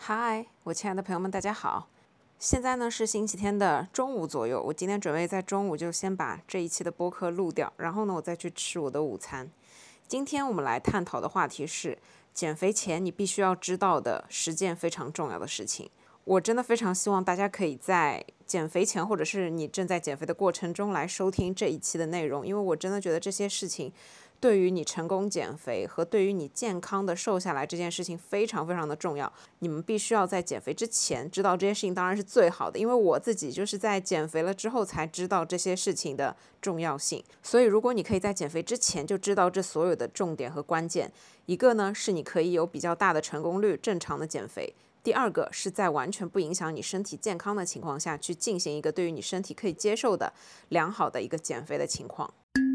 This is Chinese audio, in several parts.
嗨，我亲爱的朋友们，大家好。现在呢是星期天的中午左右，我今天准备在中午就先把这一期的播客录掉，然后呢我再去吃我的午餐。今天我们来探讨的话题是减肥前你必须要知道的10件非常重要的事情。我真的非常希望大家可以在减肥前或者是你正在减肥的过程中来收听这一期的内容，因为我真的觉得这些事情对于你成功减肥和对于你健康的瘦下来这件事情非常非常的重要。你们必须要在减肥之前知道这些事情，当然是最好的，因为我自己就是在减肥了之后才知道这些事情的重要性。所以如果你可以在减肥之前就知道这所有的重点和关键，一个呢是你可以有比较大的成功率正常的减肥，第二个是在完全不影响你身体健康的情况下去进行一个对于你身体可以接受的良好的一个减肥的情况。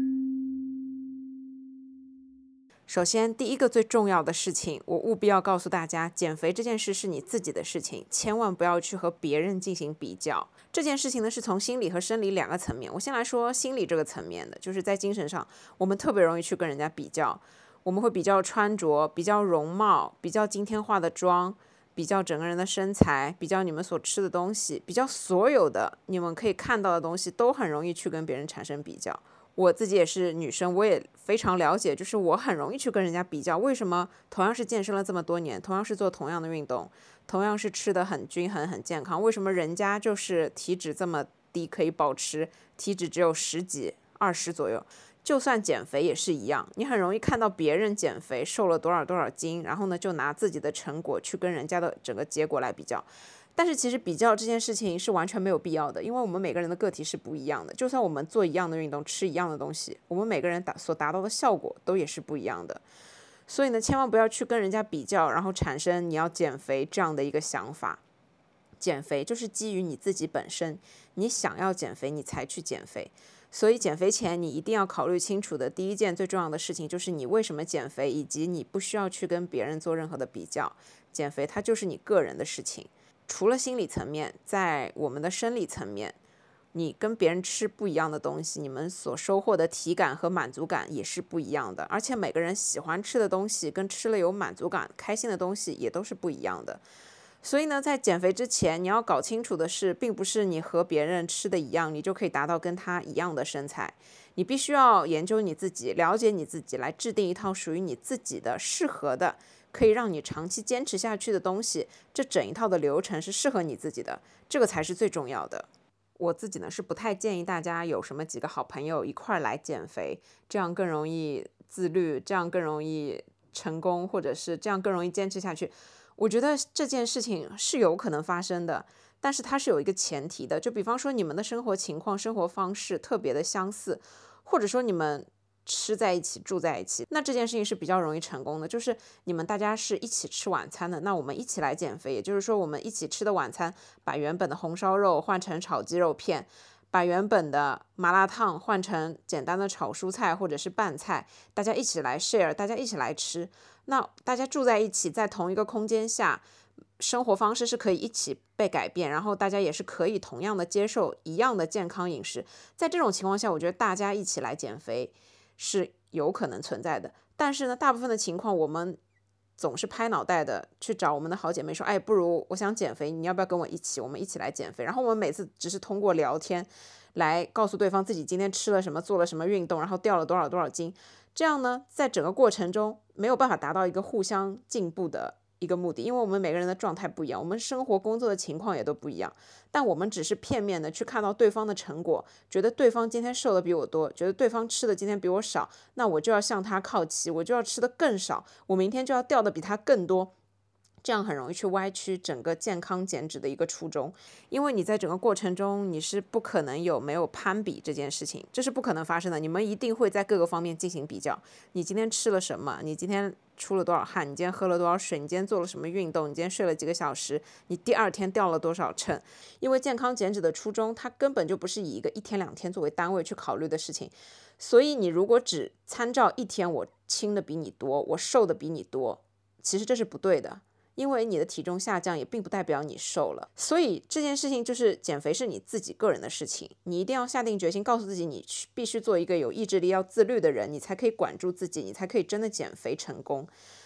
首先，第一个最重要的事情，我务必要告诉大家，减肥这件事是你自己的事情，千万不要去和别人进行比较。这件事情呢，是从心理和生理两个层面。我先来说心理这个层面的，就是在精神上，我们特别容易去跟人家比较，我们会比较穿着，比较容貌，比较今天化的妆，比较整个人的身材，比较你们所吃的东西，比较所有的你们可以看到的东西，都很容易去跟别人产生比较。我自己也是女生，我也非常了解，就是我很容易去跟人家比较。为什么同样是健身了这么多年，同样是做同样的运动，同样是吃的很均衡、很健康，为什么人家就是体脂这么低，可以保持体脂只有10几、20左右？就算减肥也是一样，你很容易看到别人减肥瘦了多少多少斤，然后呢就拿自己的成果去跟人家的整个结果来比较。但是其实比较这件事情是完全没有必要的，因为我们每个人的个体是不一样的。就算我们做一样的运动，吃一样的东西，我们每个人所达到的效果都也是不一样的。所以呢，千万不要去跟人家比较，然后产生你要减肥这样的一个想法。减肥就是基于你自己本身，你想要减肥，你才去减肥。所以减肥前你一定要考虑清楚的第一件最重要的事情，就是你为什么减肥，以及你不需要去跟别人做任何的比较。减肥它就是你个人的事情。除了心理层面，在我们的生理层面，你跟别人吃不一样的东西，你们所收获的体感和满足感也是不一样的。而且每个人喜欢吃的东西，跟吃了有满足感、开心的东西也都是不一样的。所以呢，在减肥之前，你要搞清楚的是，并不是你和别人吃的一样，你就可以达到跟他一样的身材。你必须要研究你自己，了解你自己，来制定一套属于你自己的、适合的，可以让你长期坚持下去的东西。这整一套的流程是适合你自己的，这个才是最重要的。我自己呢是不太建议大家有什么几个好朋友一块来减肥，这样更容易自律，这样更容易成功，或者是这样更容易坚持下去。我觉得这件事情是有可能发生的，但是它是有一个前提的，就比方说你们的生活情况、生活方式特别的相似，或者说你们吃在一起、住在一起，那这件事情是比较容易成功的。就是你们大家是一起吃晚餐的，那我们一起来减肥，也就是说我们一起吃的晚餐，把原本的红烧肉换成炒鸡肉片，把原本的麻辣烫换成简单的炒蔬菜或者是拌菜，大家一起来 share， 大家一起来吃。那大家住在一起，在同一个空间下，生活方式是可以一起被改变，然后大家也是可以同样的接受一样的健康饮食。在这种情况下，我觉得大家一起来减肥是有可能存在的。但是呢，大部分的情况我们总是拍脑袋的去找我们的好姐妹说，哎，不如我想减肥，你要不要跟我一起？我们一起来减肥。然后我们每次只是通过聊天来告诉对方自己今天吃了什么，做了什么运动，然后掉了多少多少斤。这样呢，在整个过程中没有办法达到一个互相进步的一个目的，因为我们每个人的状态不一样，我们生活工作的情况也都不一样，但我们只是片面的去看到对方的成果，觉得对方今天瘦的比我多，觉得对方吃的今天比我少，那我就要向他靠齐，我就要吃的更少，我明天就要掉的比他更多。这样很容易去歪曲整个健康减脂的一个初衷，因为你在整个过程中你是不可能有没有攀比这件事情，这是不可能发生的。你们一定会在各个方面进行比较，你今天吃了什么，你今天出了多少汗，你今天喝了多少水，你今天做了什么运动，你今天睡了几个小时，你第二天掉了多少秤。因为健康减脂的初衷，它根本就不是以一个1天2天作为单位去考虑的事情，所以你如果只参照一天我轻的比你多，我瘦的比你多，其实这是不对的。因为你的体重下降也并不代表你瘦了，所以这件事情就是减肥是你自己个人的事情，你一定要下定决心告诉自己，你必须做一个有意志力、要自律的人，你才可以管住自己，你才可以真的减肥成功。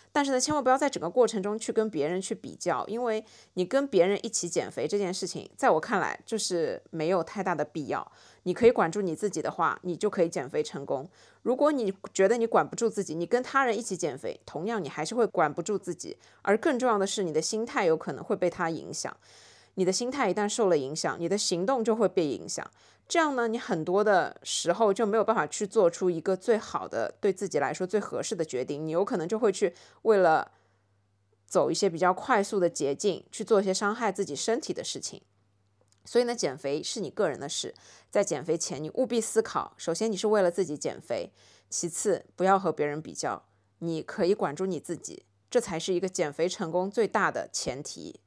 但是呢，千万不要在整个过程中去跟别人去比较，因为你跟别人一起减肥这件事情，在我看来就是没有太大的必要。你可以管住你自己的话，你就可以减肥成功。如果你觉得你管不住自己，你跟他人一起减肥，同样你还是会管不住自己。而更重要的是，你的心态有可能会被他影响。你的心态一旦受了影响，你的行动就会被影响。这样呢，你很多的时候就没有办法去做出一个最好的，对自己来说最合适的决定。你有可能就会去为了走一些比较快速的捷径，去做一些伤害自己身体的事情。所以呢，减肥是你个人的事，在减肥前你务必思考，首先你是为了自己减肥，其次不要和别人比较，你可以管住你自己，这才是一个减肥成功最大的前提。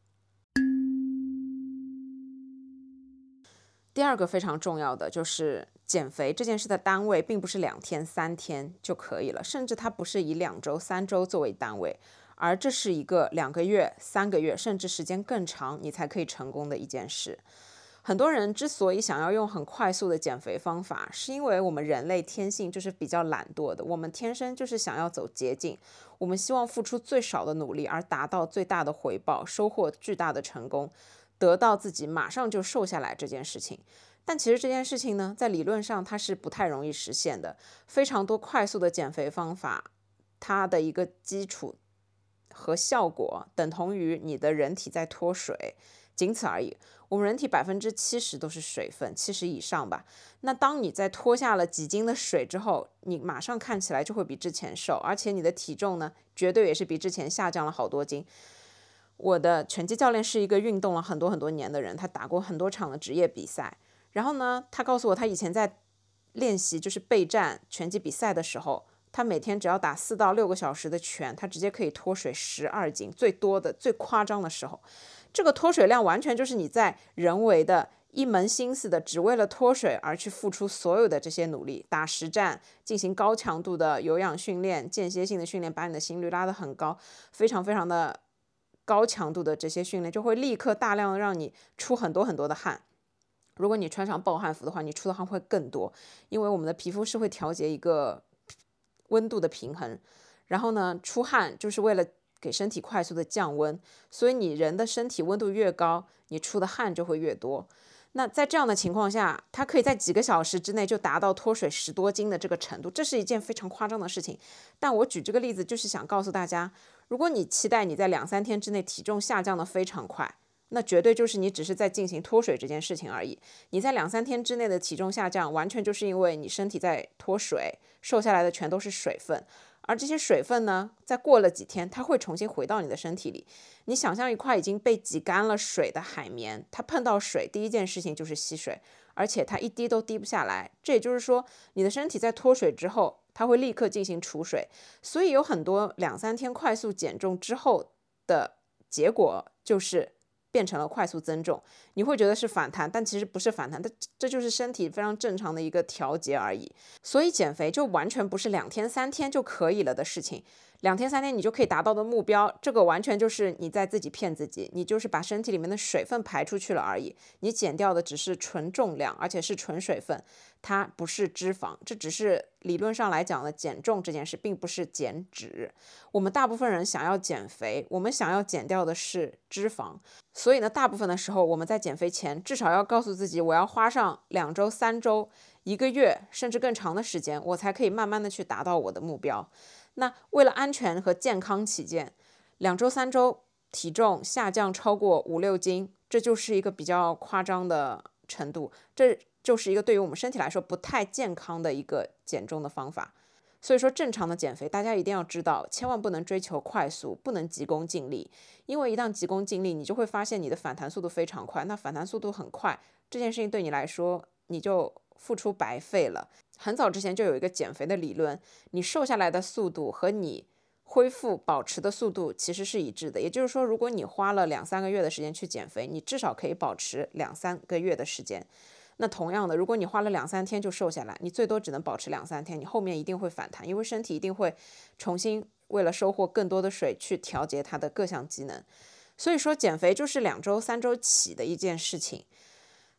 第二个非常重要的就是减肥这件事的单位并不是2天3天就可以了，甚至它不是以2周3周作为单位，而这是一个2个月3个月甚至时间更长你才可以成功的一件事。很多人之所以想要用很快速的减肥方法，是因为我们人类天性就是比较懒惰的，我们天生就是想要走捷径，我们希望付出最少的努力而达到最大的回报，收获巨大的成功，得到自己马上就瘦下来这件事情。但其实这件事情呢，在理论上它是不太容易实现的。非常多快速的减肥方法，它的一个基础和效果等同于你的人体在脱水，仅此而已。我们人体70%都是水分，70以上吧。那当你在脱下了几斤的水之后，你马上看起来就会比之前瘦，而且你的体重呢，绝对也是比之前下降了好多斤。我的拳击教练是一个运动了很多很多年的人，他打过很多场的职业比赛。然后呢，他告诉我，他以前在练习就是备战拳击比赛的时候，他每天只要打4到6个小时的拳，他直接可以脱水12斤，最多的最夸张的时候。这个脱水量完全就是你在人为的一门心思的只为了脱水而去付出所有的这些努力，打实战，进行高强度的有氧训练，间歇性的训练，把你的心率拉得很高，非常非常的高强度的这些训练就会立刻大量的让你出很多很多的汗。如果你穿上暴汗服的话，你出的汗会更多，因为我们的皮肤是会调节一个温度的平衡。然后呢，出汗就是为了给身体快速的降温，所以你人的身体温度越高，你出的汗就会越多。那在这样的情况下，它可以在几个小时之内就达到脱水10多斤的这个程度，这是一件非常夸张的事情。但我举这个例子就是想告诉大家，如果你期待你在2、3天之内体重下降的非常快，那绝对就是你只是在进行脱水这件事情而已。你在2、3天之内的体重下降，完全就是因为你身体在脱水，瘦下来的全都是水分。而这些水分呢，在过了几天，它会重新回到你的身体里。你想象一块已经被挤干了水的海绵，它碰到水，第一件事情就是吸水，而且它一滴都滴不下来。这也就是说，你的身体在脱水之后，它会立刻进行储水。所以有很多2、3天快速减重之后的结果就是变成了快速增重，你会觉得是反弹，但其实不是反弹，这就是身体非常正常的一个调节而已。所以减肥就完全不是2天3天就可以了的事情，2天3天你就可以达到的目标，这个完全就是你在自己骗自己，你就是把身体里面的水分排出去了而已，你减掉的只是纯重量，而且是纯水分，它不是脂肪，这只是理论上来讲的减重这件事，并不是减脂。我们大部分人想要减肥，我们想要减掉的是脂肪，所以呢，大部分的时候我们在减肥前至少要告诉自己，我要花上2周3周1个月甚至更长的时间，我才可以慢慢的去达到我的目标。那为了安全和健康起见，2周3周体重下降超过5、6斤，这就是一个比较夸张的程度，这就是一个对于我们身体来说不太健康的一个减重的方法。所以说正常的减肥，大家一定要知道，千万不能追求快速，不能急功近利，因为一旦急功近利，你就会发现你的反弹速度非常快，那反弹速度很快，这件事情对你来说，你就付出白费了。很早之前就有一个减肥的理论，你瘦下来的速度和你恢复保持的速度其实是一致的，也就是说，如果你花了2、3个月的时间去减肥，你至少可以保持2、3个月的时间。那同样的，如果你花了2、3天就瘦下来，你最多只能保持2、3天，你后面一定会反弹，因为身体一定会重新为了收获更多的水去调节它的各项机能。所以说减肥就是2周3周起的一件事情。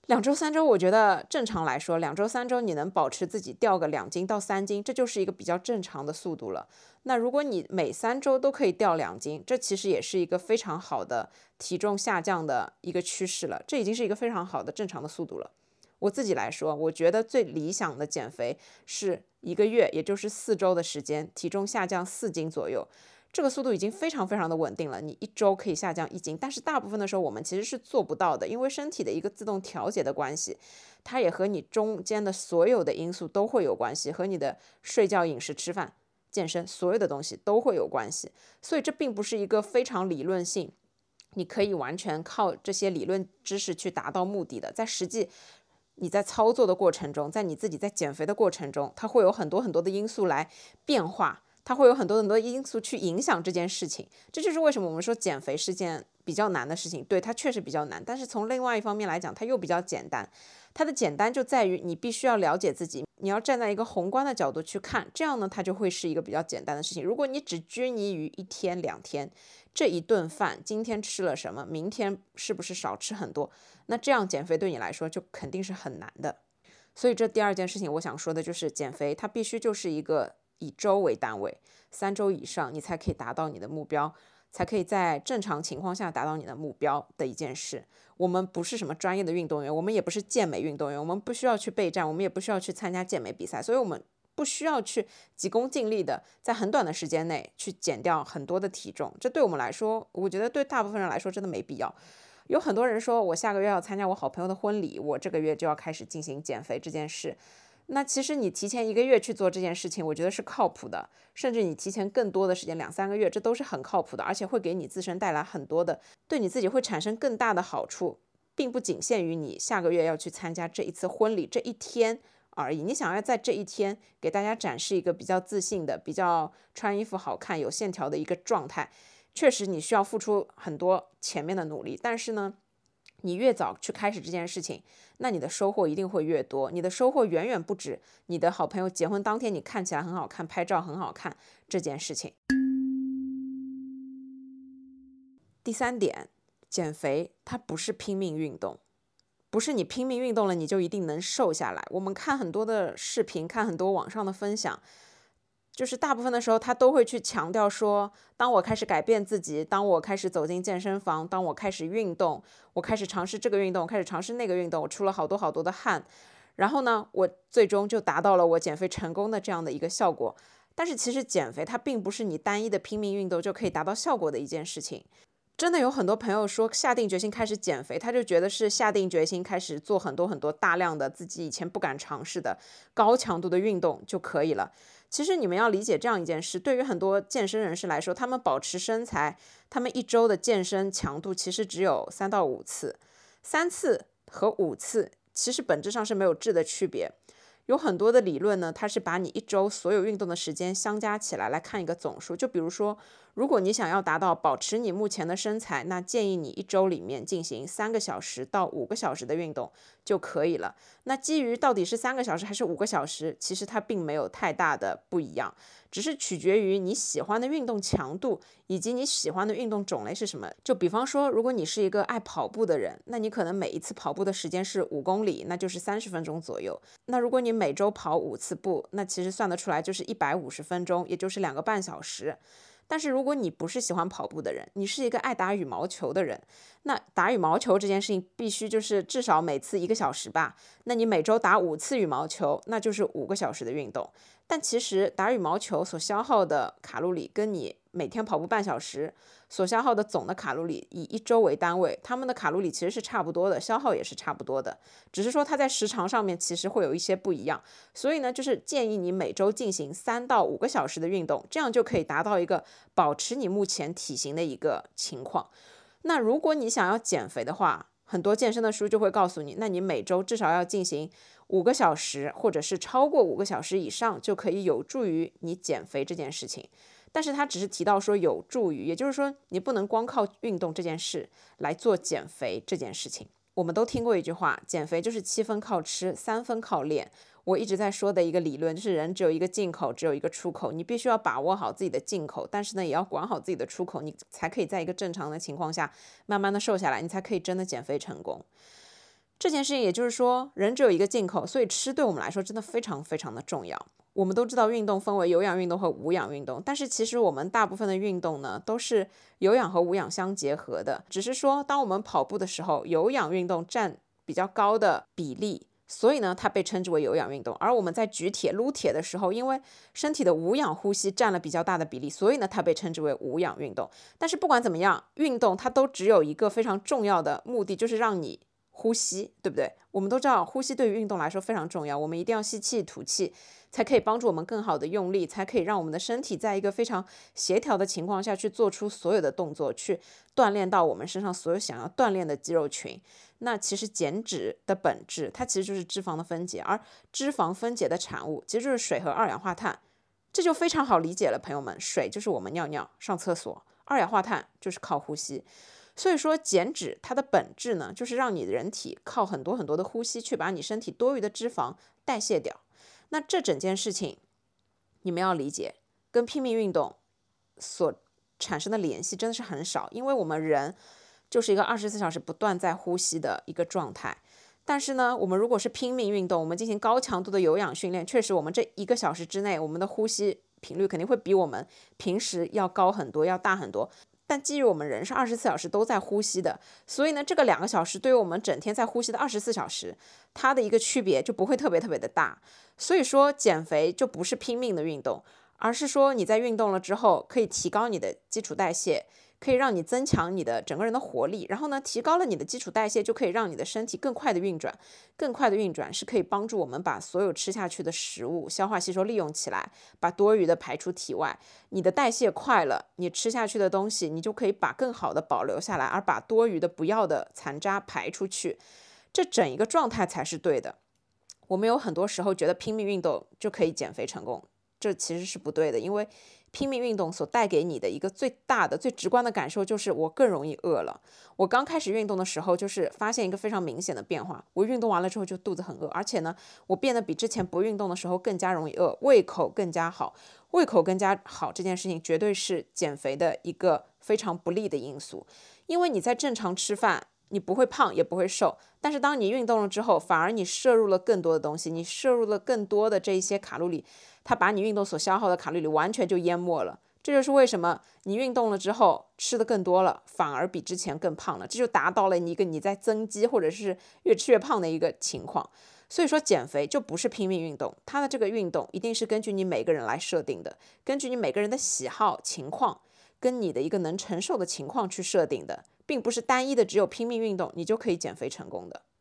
2周3周，我觉得正常来说2周3周你能保持自己掉个2斤到3斤，这就是一个比较正常的速度了。那如果你每3周都可以掉2斤，这其实也是一个非常好的体重下降的一个趋势了，这已经是一个非常好的正常的速度了。我自己来说，我觉得最理想的减肥是1个月，也就是4周的时间，体重下降4斤左右。这个速度已经非常非常的稳定了，你1周可以下降1斤，但是大部分的时候我们其实是做不到的，因为身体的一个自动调节的关系，它也和你中间的所有的因素都会有关系，和你的睡觉、饮食、吃饭、健身所有的东西都会有关系，所以这并不是一个非常理论性，你可以完全靠这些理论知识去达到目的的，在实际你在操作的过程中，在你自己在减肥的过程中，它会有很多很多的因素来变化，它会有很多很多因素去影响这件事情。这就是为什么我们说减肥是件比较难的事情，对，它确实比较难，但是从另外一方面来讲，它又比较简单。它的简单就在于你必须要了解自己，你要站在一个宏观的角度去看，这样呢，它就会是一个比较简单的事情。如果你只拘泥于1天2天，这一顿饭今天吃了什么，明天是不是少吃很多，那这样减肥对你来说就肯定是很难的。所以这第二件事情我想说的就是减肥它必须就是一个以周为单位，3周以上你才可以达到你的目标，才可以在正常情况下达到你的目标的一件事。我们不是什么专业的运动员，我们也不是健美运动员，我们不需要去备战，我们也不需要去参加健美比赛，所以我们不需要去急功近利的在很短的时间内去减掉很多的体重，这对我们来说，我觉得对大部分人来说真的没必要。有很多人说我下个月要参加我好朋友的婚礼，我这个月就要开始进行减肥这件事，那其实你提前1个月去做这件事情，我觉得是靠谱的，甚至你提前更多的时间2-3个月，这都是很靠谱的，而且会给你自身带来很多的，对你自己会产生更大的好处，并不仅限于你下个月要去参加这一次婚礼这一天而已。你想要在这一天给大家展示一个比较自信的、比较穿衣服好看、有线条的一个状态，确实你需要付出很多前面的努力，但是呢，你越早去开始这件事情，那你的收获一定会越多，你的收获远远不止你的好朋友结婚当天你看起来很好看，拍照很好看这件事情。第3点，减肥它不是拼命运动，不是你拼命运动了你就一定能瘦下来。我们看很多的视频，看很多网上的分享，就是大部分的时候他都会去强调说，当我开始改变自己，当我开始走进健身房，当我开始运动，我开始尝试这个运动，开始尝试那个运动，我出了好多好多的汗，然后呢，我最终就达到了我减肥成功的这样的一个效果。但是其实减肥它并不是你单一的拼命运动就可以达到效果的一件事情。真的有很多朋友说下定决心开始减肥，他就觉得是下定决心开始做很多很多大量的自己以前不敢尝试的高强度的运动就可以了。其实你们要理解这样一件事，对于很多健身人士来说，他们保持身材，他们1周的健身强度其实只有3到5次，3次和5次其实本质上是没有质的区别。有很多的理论呢，它是把你1周所有运动的时间相加起来看一个总数。就比如说，如果你想要达到保持你目前的身材，那建议你1周里面进行3个小时到5个小时的运动就可以了。那基于到底是3个小时还是5个小时，其实它并没有太大的不一样，只是取决于你喜欢的运动强度以及你喜欢的运动种类是什么。就比方说，如果你是一个爱跑步的人，那你可能每一次跑步的时间是5公里，那就是30分钟左右。那如果你每周跑5次步，那其实算得出来就是150分钟，也就是2个半小时。但是如果你不是喜欢跑步的人，你是一个爱打羽毛球的人，那打羽毛球这件事情必须就是至少每次1个小时吧，那你每周打5次羽毛球，那就是5个小时的运动。但其实打羽毛球所消耗的卡路里跟你每天跑步半小时所消耗的总的卡路里以1周为单位，他们的卡路里其实是差不多的，消耗也是差不多的，只是说它在时长上面其实会有一些不一样。所以呢，就是建议你每周进行3到5个小时的运动，这样就可以达到一个保持你目前体型的一个情况。那如果你想要减肥的话，很多健身的书就会告诉你，那你每周至少要进行5个小时，或者是超过5个小时以上，就可以有助于你减肥这件事情。但是他只是提到说有助于，也就是说你不能光靠运动这件事来做减肥这件事情。我们都听过一句话，减肥就是7分靠吃，3分靠练。我一直在说的一个理论就是人只有一个进口，只有一个出口，你必须要把握好自己的进口，但是呢也要管好自己的出口，你才可以在一个正常的情况下慢慢的瘦下来，你才可以真的减肥成功。 这件事情也就是说，人只有一个进口，所以吃对我们来说真的非常非常的重要。我们都知道运动分为有氧运动和无氧运动，但是其实我们大部分的运动呢，都是有氧和无氧相结合的，只是说当我们跑步的时候，有氧运动占比较高的比例，所以呢，它被称之为有氧运动。而我们在举铁、撸铁的时候，因为身体的无氧呼吸占了比较大的比例，所以呢，它被称之为无氧运动。但是不管怎么样，运动它都只有一个非常重要的目的，就是让你呼吸，对不对？我们都知道呼吸对于运动来说非常重要，我们一定要吸气吐气，才可以帮助我们更好的用力，才可以让我们的身体在一个非常协调的情况下去做出所有的动作，去锻炼到我们身上所有想要锻炼的肌肉群。那其实减脂的本质，它其实就是脂肪的分解，而脂肪分解的产物其实就是水和二氧化碳，这就非常好理解了，朋友们，水就是我们尿尿上厕所，二氧化碳就是靠呼吸。所以说减脂它的本质呢，就是让你的人体靠很多很多的呼吸去把你身体多余的脂肪代谢掉。那这整件事情你们要理解，跟拼命运动所产生的联系真的是很少，因为我们人就是一个24小时不断在呼吸的一个状态。但是呢，我们如果是拼命运动，我们进行高强度的有氧训练，确实我们这1个小时之内，我们的呼吸频率肯定会比我们平时要高很多，要大很多。但基于我们人是24小时都在呼吸的，所以呢，这个2个小时对于我们整天在呼吸的24小时，它的一个区别就不会特别特别的大。所以说减肥就不是拼命的运动，而是说你在运动了之后，可以提高你的基础代谢，可以让你增强你的整个人的活力，然后呢，提高了你的基础代谢，就可以让你的身体更快的运转，更快的运转是可以帮助我们把所有吃下去的食物消化吸收利用起来，把多余的排出体外。你的代谢快了，你吃下去的东西，你就可以把更好的保留下来，而把多余的不要的残渣排出去，这整一个状态才是对的。我们有很多时候觉得拼命运动就可以减肥成功，这其实是不对的，因为拼命运动所带给你的一个最大的、最直观的感受就是我更容易饿了。我刚开始运动的时候，就是发现一个非常明显的变化，我运动完了之后就肚子很饿，而且呢，我变得比之前不运动的时候更加容易饿，胃口更加好。胃口更加好这件事情绝对是减肥的一个非常不利的因素，因为你在正常吃饭，你不会胖也不会瘦，但是当你运动了之后，反而你摄入了更多的东西，你摄入了更多的这一些卡路里，它把你运动所消耗的卡路里完全就淹没了。这就是为什么你运动了之后吃的更多了，反而比之前更胖了，这就达到了一个你在增肌或者是越吃越胖的一个情况。所以说减肥就不是拼命运动，它的这个运动一定是根据你每个人来设定的，根据你每个人的喜好情况跟你的一个能承受的情况去设定的，并不是单一的只有拼命运动你就可以减肥成功的。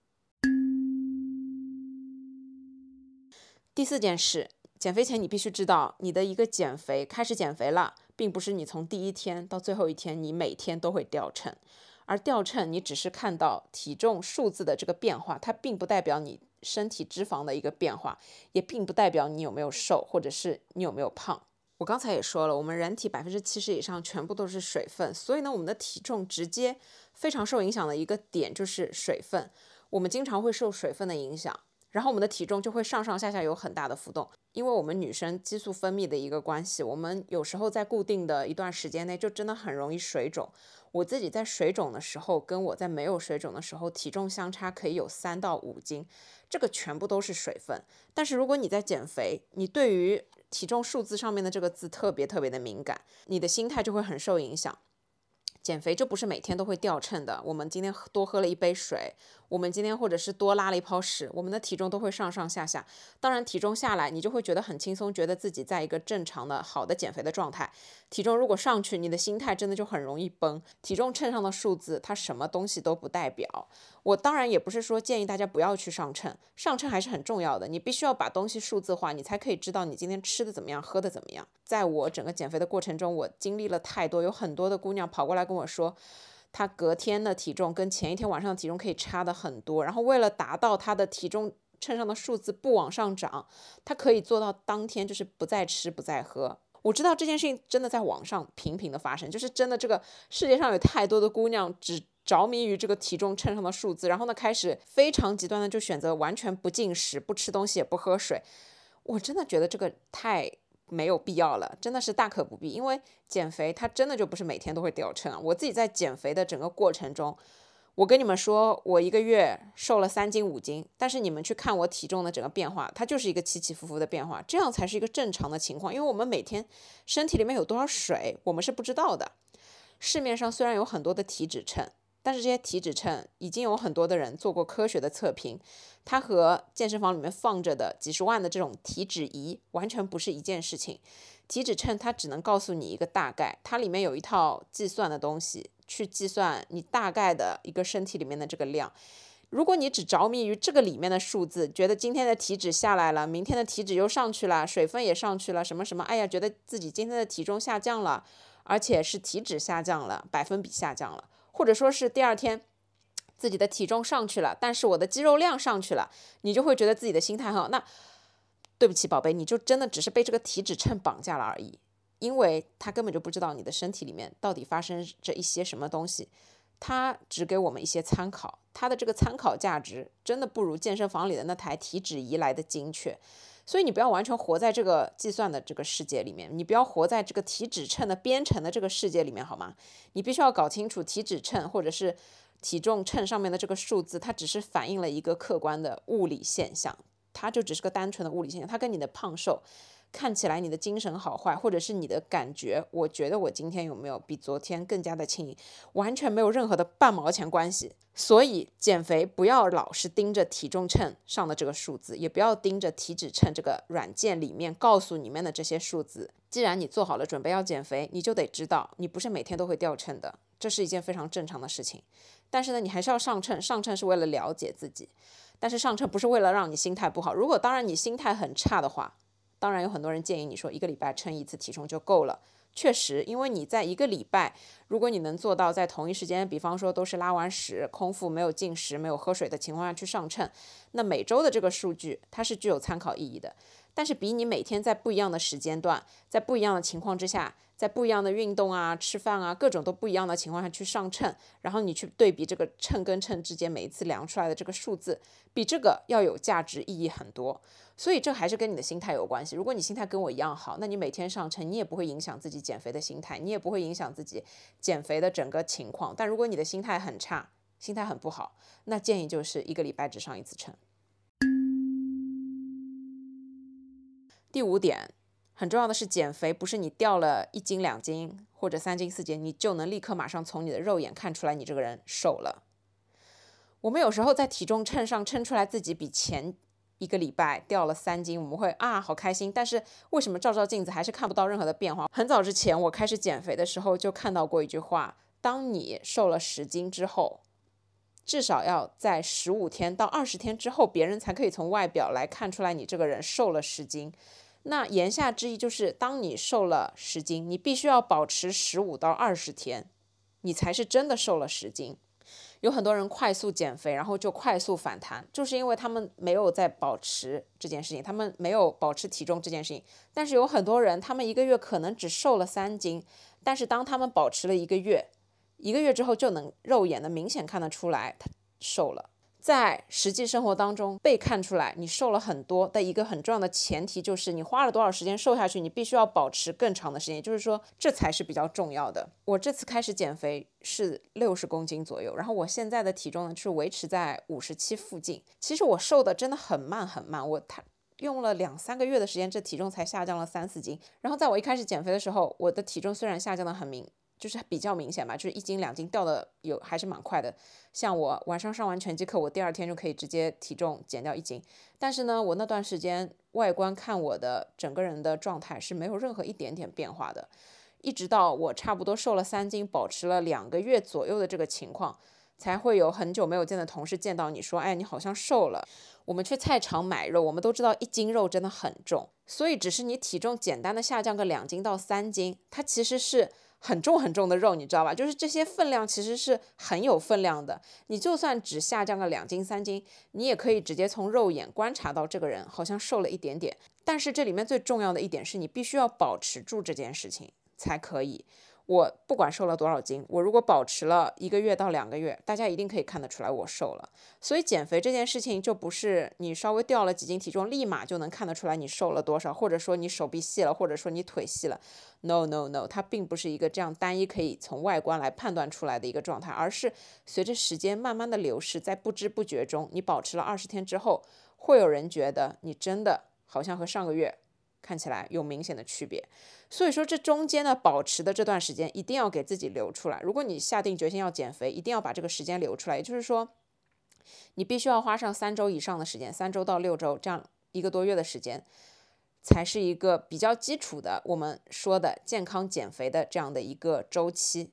第4件事，减肥前你必须知道，你的一个开始减肥了，并不是你从第1天到最后1天你每天都会掉秤，而掉秤你只是看到体重数字的这个变化，它并不代表你身体脂肪的一个变化，也并不代表你有没有瘦或者是你有没有胖。我刚才也说了，我们人体70%以上全部都是水分，所以呢，我们的体重直接非常受影响的一个点就是水分，我们经常会受水分的影响，然后我们的体重就会上上下下有很大的浮动，因为我们女生激素分泌的一个关系，我们有时候在固定的一段时间内就真的很容易水肿。我自己在水肿的时候跟我在没有水肿的时候体重相差可以有3到5斤，这个全部都是水分。但是如果你在减肥，你对于体重数字上面的这个字特别特别的敏感，你的心态就会很受影响。减肥就不是每天都会掉秤的，我们今天多喝了1杯水，我们今天或者是多拉了一泡屎，我们的体重都会上上下下。当然体重下来你就会觉得很轻松，觉得自己在一个正常的好的减肥的状态。体重如果上去，你的心态真的就很容易崩。体重秤上的数字它什么东西都不代表。我当然也不是说建议大家不要去上秤，上秤还是很重要的，你必须要把东西数字化，你才可以知道你今天吃的怎么样，喝的怎么样。在我整个减肥的过程中，我经历了太多，有很多的姑娘跑过来跟我说，她隔天的体重跟前一天晚上的体重可以差的很多，然后为了达到她的体重秤上的数字不往上涨，她可以做到当天就是不再吃不再喝。我知道这件事情真的在网上频频的发生，就是真的这个世界上有太多的姑娘只着迷于这个体重秤上的数字，然后呢开始非常极端的就选择完全不进食，不吃东西也不喝水。我真的觉得这个太没有必要了，真的是大可不必，因为减肥它真的就不是每天都会掉秤啊。我自己在减肥的整个过程中， 我跟你们说我一个月瘦了3斤5斤，但是你们去看我体重的整个变化，它就是一个起起伏伏的变化，这样才是一个正常的情况。因为我们每天身体里面有多少水我们是不知道的。市面上虽然有很多的体脂秤，但是这些体脂秤已经有很多的人做过科学的测评，它和健身房里面放着的几十万的这种体脂仪完全不是一件事情。体脂秤它只能告诉你一个大概，它里面有一套计算的东西，去计算你大概的一个身体里面的这个量。如果你只着迷于这个里面的数字，觉得今天的体脂下来了，明天的体脂又上去了，水分也上去了，什么什么，哎呀，觉得自己今天的体重下降了，而且是体脂下降了，百分比下降了，或者说是第二天自己的体重上去了，但是我的肌肉量上去了，你就会觉得自己的心态很好。那对不起宝贝，你就真的只是被这个体脂秤绑架了而已，因为他根本就不知道你的身体里面到底发生着一些什么东西，他只给我们一些参考，他的这个参考价值真的不如健身房里的那台体脂仪来的精确。所以你不要完全活在这个计算的这个世界里面，你不要活在这个体脂秤的编程的这个世界里面，好吗？你必须要搞清楚体脂秤或者是体重秤上面的这个数字，它只是反映了一个客观的物理现象，它就只是个单纯的物理现象，它跟你的胖瘦，看起来你的精神好坏，或者是你的感觉，我觉得我今天有没有比昨天更加的轻盈，完全没有任何的半毛钱关系。所以减肥不要老是盯着体重秤上的这个数字，也不要盯着体脂秤这个软件里面告诉你们的这些数字。既然你做好了准备要减肥，你就得知道你不是每天都会掉秤的，这是一件非常正常的事情。但是呢，你还是要上秤，上秤是为了了解自己，但是上秤不是为了让你心态不好。如果当然你心态很差的话，当然有很多人建议你说1个礼拜称1次体重就够了。确实，因为你在1个礼拜，如果你能做到在同一时间，比方说都是拉完屎、空腹没有进食、没有喝水的情况下去上秤，那每周的这个数据它是具有参考意义的。但是比你每天在不一样的时间段，在不一样的情况之下，在不一样的运动啊、吃饭啊，各种都不一样的情况下去上秤，然后你去对比这个秤跟秤之间每一次量出来的这个数字，比这个要有价值意义很多。所以这还是跟你的心态有关系。如果你心态跟我一样好，那你每天上秤，你也不会影响自己减肥的心态，你也不会影响自己减肥的整个情况。但如果你的心态很差，心态很不好，那建议就是1个礼拜只上1次秤。第5点，很重要的是减肥不是你掉了1斤2斤或者3斤4斤，你就能立刻马上从你的肉眼看出来你这个人瘦了。我们有时候在体重秤上称出来自己比前1个礼拜掉了3斤，我们会好开心，但是为什么照照镜子还是看不到任何的变化？很早之前我开始减肥的时候就看到过一句话，当你瘦了10斤之后，至少要在15天到20天之后，别人才可以从外表来看出来你这个人瘦了10斤。那言下之意就是，当你瘦了10斤，你必须要保持15到20天，你才是真的瘦了10斤。有很多人快速减肥，然后就快速反弹，就是因为他们没有在保持这件事情，他们没有保持体重这件事情。但是有很多人，他们1个月可能只瘦了3斤，但是当他们保持了1个月，1个月之后就能肉眼的明显看得出来他瘦了。在实际生活当中被看出来你瘦了很多的一个很重要的前提就是你花了多少时间瘦下去，你必须要保持更长的时间，也就是说这才是比较重要的。我这次开始减肥是60公斤左右，然后我现在的体重呢是维持在57附近。其实我瘦的真的很慢很慢，我用了2-3个月的时间，这体重才下降了3-4斤。然后在我一开始减肥的时候，我的体重虽然下降的就是比较明显吧，就是1斤2斤掉的还是蛮快的。像我晚上上完拳击课，我第2天就可以直接体重减掉1斤。但是呢，我那段时间外观看我的整个人的状态是没有任何一点点变化的，一直到我差不多瘦了3斤，保持了2个月左右的这个情况，才会有很久没有见的同事见到你说，哎，你好像瘦了。我们去菜场买肉，我们都知道1斤肉真的很重，所以只是你体重简单的下降个2斤到3斤，它其实是很重很重的肉，你知道吧？就是这些分量其实是很有分量的。你就算只下降个2斤3斤，你也可以直接从肉眼观察到这个人好像瘦了一点点。但是这里面最重要的一点是你必须要保持住这件事情才可以。 我不管瘦了多少斤，我如果保持了1个月到2个月，大家一定可以看得出来我瘦了。所以减肥这件事情就不是你稍微掉了几斤体重立马就能看得出来你瘦了多少，或者说你手臂细了，或者说你腿细了。 No No No， 它并不是一个这样单一可以从外观来判断出来的一个状态，而是随着时间慢慢的流逝，在不知不觉中，你保持了20天之后，会有人觉得你真的好像和上个月看起来有明显的区别。所以说这中间呢，保持的这段时间一定要给自己留出来。如果你下定决心要减肥，一定要把这个时间留出来，也就是说你必须要花上3周以上的时间，3周到6周，这样1个多月的时间，才是一个比较基础的我们说的健康减肥的这样的一个周期。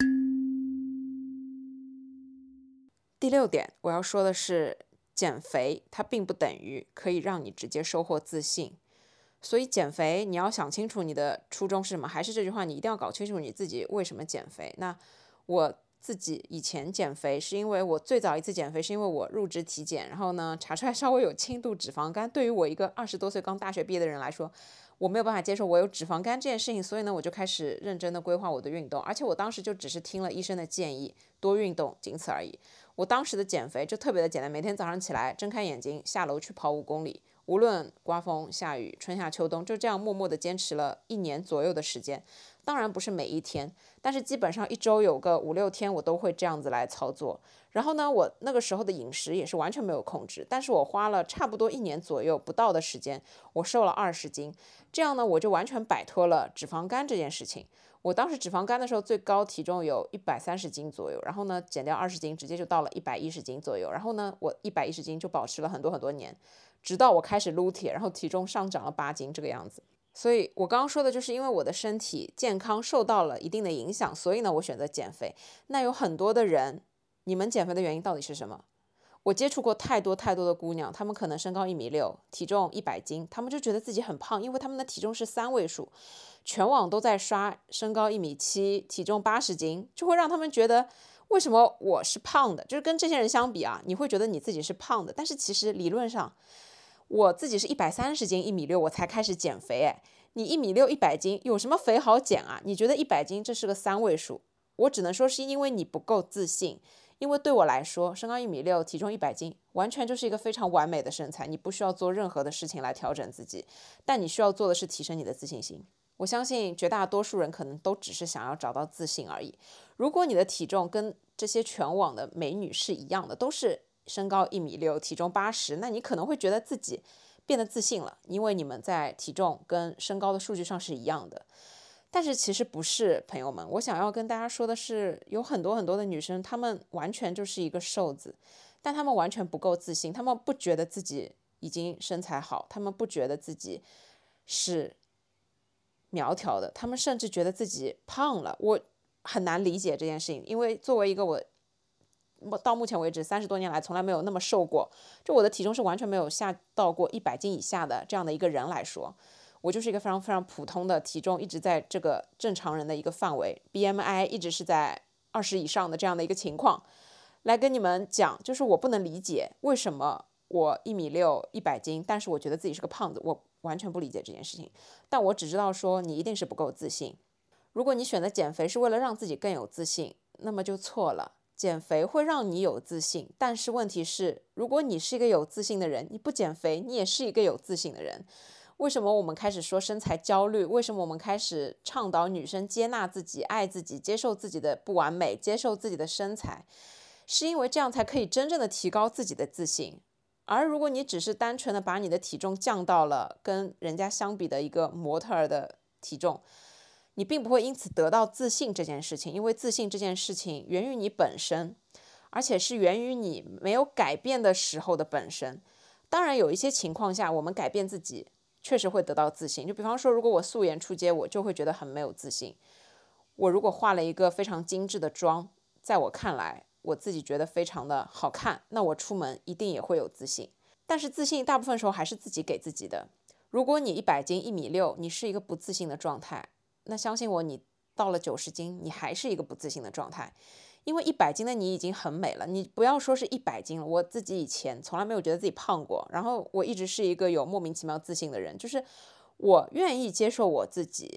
第6点我要说的是，减肥它并不等于可以让你直接收获自信。所以减肥你要想清楚你的初衷是什么，还是这句话，你一定要搞清楚你自己为什么减肥。那我自己以前减肥是因为我最早一次减肥是因为我入职体检，然后呢查出来稍微有轻度脂肪肝。对于我一个20多岁刚大学毕业的人来说，我没有办法接受我有脂肪肝这件事情，所以呢我就开始认真的规划我的运动，而且我当时就只是听了医生的建议，多运动，仅此而已。我当时的减肥就特别的简单，每天早上起来睁开眼睛下楼去跑5公里，无论刮风下雨春夏秋冬，就这样默默的坚持了1年左右的时间。当然不是每一天，但是基本上1周有个5、6天我都会这样子来操作。然后呢，我那个时候的饮食也是完全没有控制，但是我花了差不多1年左右不到的时间，我瘦了20斤。这样呢，我就完全摆脱了脂肪肝这件事情。我当时脂肪肝的时候，最高体重有130斤左右，然后呢，减掉20斤，直接就到了110斤左右。然后呢，我110斤就保持了很多很多年，直到我开始撸铁，然后体重上涨了8斤这个样子。所以我刚刚说的就是因为我的身体健康受到了一定的影响，所以呢，我选择减肥。那有很多的人，你们减肥的原因到底是什么？我接触过太多太多的姑娘，她们可能身高1.6米，体重100斤，她们就觉得自己很胖，因为她们的体重是3位数，全网都在刷身高1.7米，体重80斤，就会让他们觉得为什么我是胖的，就是跟这些人相比啊，你会觉得你自己是胖的，但是其实理论上我自己是130斤1.6米，我才开始减肥。哎，你1.6米100斤有什么肥好减啊？你觉得100斤这是个3位数，我只能说是因为你不够自信。因为对我来说，身高1.6米，体重100斤，完全就是一个非常完美的身材，你不需要做任何的事情来调整自己，但你需要做的是提升你的自信心。我相信绝大多数人可能都只是想要找到自信而已。如果你的体重跟这些全网的美女是一样的，都是身高1.6米，体重80，那你可能会觉得自己变得自信了，因为你们在体重跟身高的数据上是一样的。但是其实不是，朋友们，我想要跟大家说的是，有很多很多的女生，她们完全就是一个瘦子，但她们完全不够自信，她们不觉得自己已经身材好，她们不觉得自己是苗条的，她们甚至觉得自己胖了。我很难理解这件事情，因为作为一个我到目前为止30多年来从来没有那么瘦过，就我的体重是完全没有下到过100斤以下的这样的一个人来说，我就是一个非常非常普通的体重，一直在这个正常人的一个范围， BMI 一直是在20以上的这样的一个情况，来跟你们讲，就是我不能理解为什么我1.6米100斤，但是我觉得自己是个胖子，我完全不理解这件事情。但我只知道说你一定是不够自信。如果你选择减肥是为了让自己更有自信，那么就错了。减肥会让你有自信，但是问题是，如果你是一个有自信的人，你不减肥，你也是一个有自信的人。为什么我们开始说身材焦虑？为什么我们开始倡导女生接纳自己、爱自己、接受自己的不完美、接受自己的身材？是因为这样才可以真正的提高自己的自信。而如果你只是单纯的把你的体重降到了跟人家相比的一个模特儿的体重，你并不会因此得到自信这件事情，因为自信这件事情源于你本身，而且是源于你没有改变的时候的本身。当然有一些情况下我们改变自己确实会得到自信，就比方说如果我素颜出街，我就会觉得很没有自信。我如果化了一个非常精致的妆，在我看来我自己觉得非常的好看，那我出门一定也会有自信。但是自信大部分时候还是自己给自己的。如果你100斤1.6米，你是一个不自信的状态，那相信我，你到了90斤，你还是一个不自信的状态。因为100斤的你已经很美了，你不要说是100斤了，我自己以前从来没有觉得自己胖过，然后我一直是一个有莫名其妙自信的人，就是我愿意接受我自己，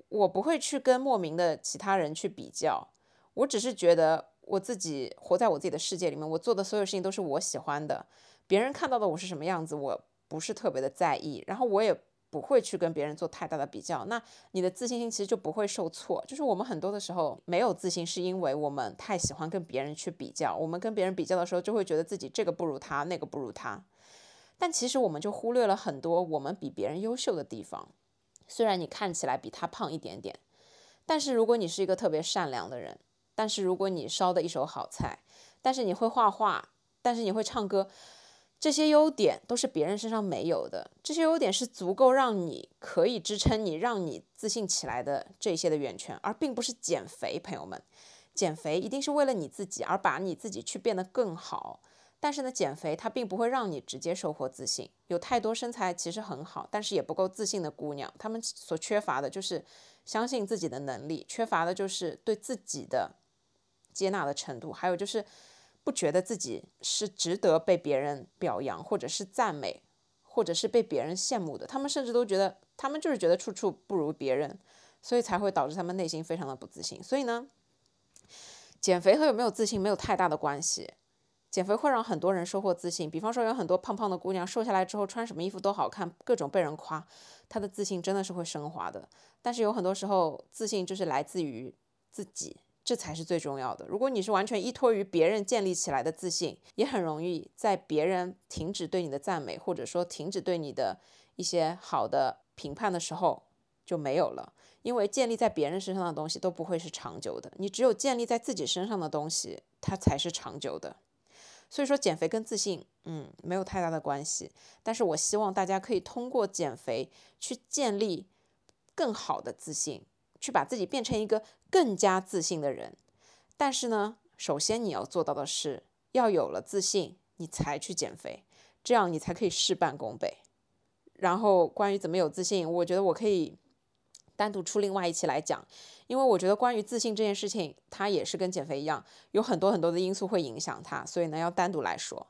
我不会去跟莫名的其他人去比较，我只是觉得我自己活在我自己的世界里面，我做的所有事情都是我喜欢的，别人看到的我是什么样子，我不是特别的在意，然后我也不会去跟别人做太大的比较，那你的自信心其实就不会受挫。就是我们很多的时候没有自信，是因为我们太喜欢跟别人去比较，我们跟别人比较的时候，就会觉得自己这个不如他，那个不如他，但其实我们就忽略了很多我们比别人优秀的地方。虽然你看起来比他胖一点点，但是如果你是一个特别善良的人，但是如果你烧的一手好菜，但是你会画画，但是你会唱歌，这些优点都是别人身上没有的，这些优点是足够让你可以支撑你，让你自信起来的这些的源泉，而并不是减肥。朋友们，减肥一定是为了你自己，而把你自己去变得更好。但是呢，减肥它并不会让你直接收获自信。有太多身材其实很好，但是也不够自信的姑娘，她们所缺乏的就是相信自己的能力，缺乏的就是对自己的接纳的程度，还有就是不觉得自己是值得被别人表扬，或者是赞美，或者是被别人羡慕的。他们甚至都觉得，他们就是觉得处处不如别人，所以才会导致他们内心非常的不自信。所以呢，减肥和有没有自信没有太大的关系。减肥会让很多人收获自信，比方说有很多胖胖的姑娘瘦下来之后穿什么衣服都好看，各种被人夸，她的自信真的是会升华的。但是有很多时候自信就是来自于自己，这才是最重要的。如果你是完全依托于别人建立起来的自信，也很容易在别人停止对你的赞美，或者说停止对你的一些好的评判的时候就没有了。因为建立在别人身上的东西都不会是长久的，你只有建立在自己身上的东西，它才是长久的。所以说减肥跟自信没有太大的关系，但是我希望大家可以通过减肥去建立更好的自信，去把自己变成一个更加自信的人。但是呢，首先你要做到的是要有了自信你才去减肥，这样你才可以事半功倍。然后关于怎么有自信，我觉得我可以单独出另外一期来讲，因为我觉得关于自信这件事情，它也是跟减肥一样，有很多很多的因素会影响它，所以呢要单独来说。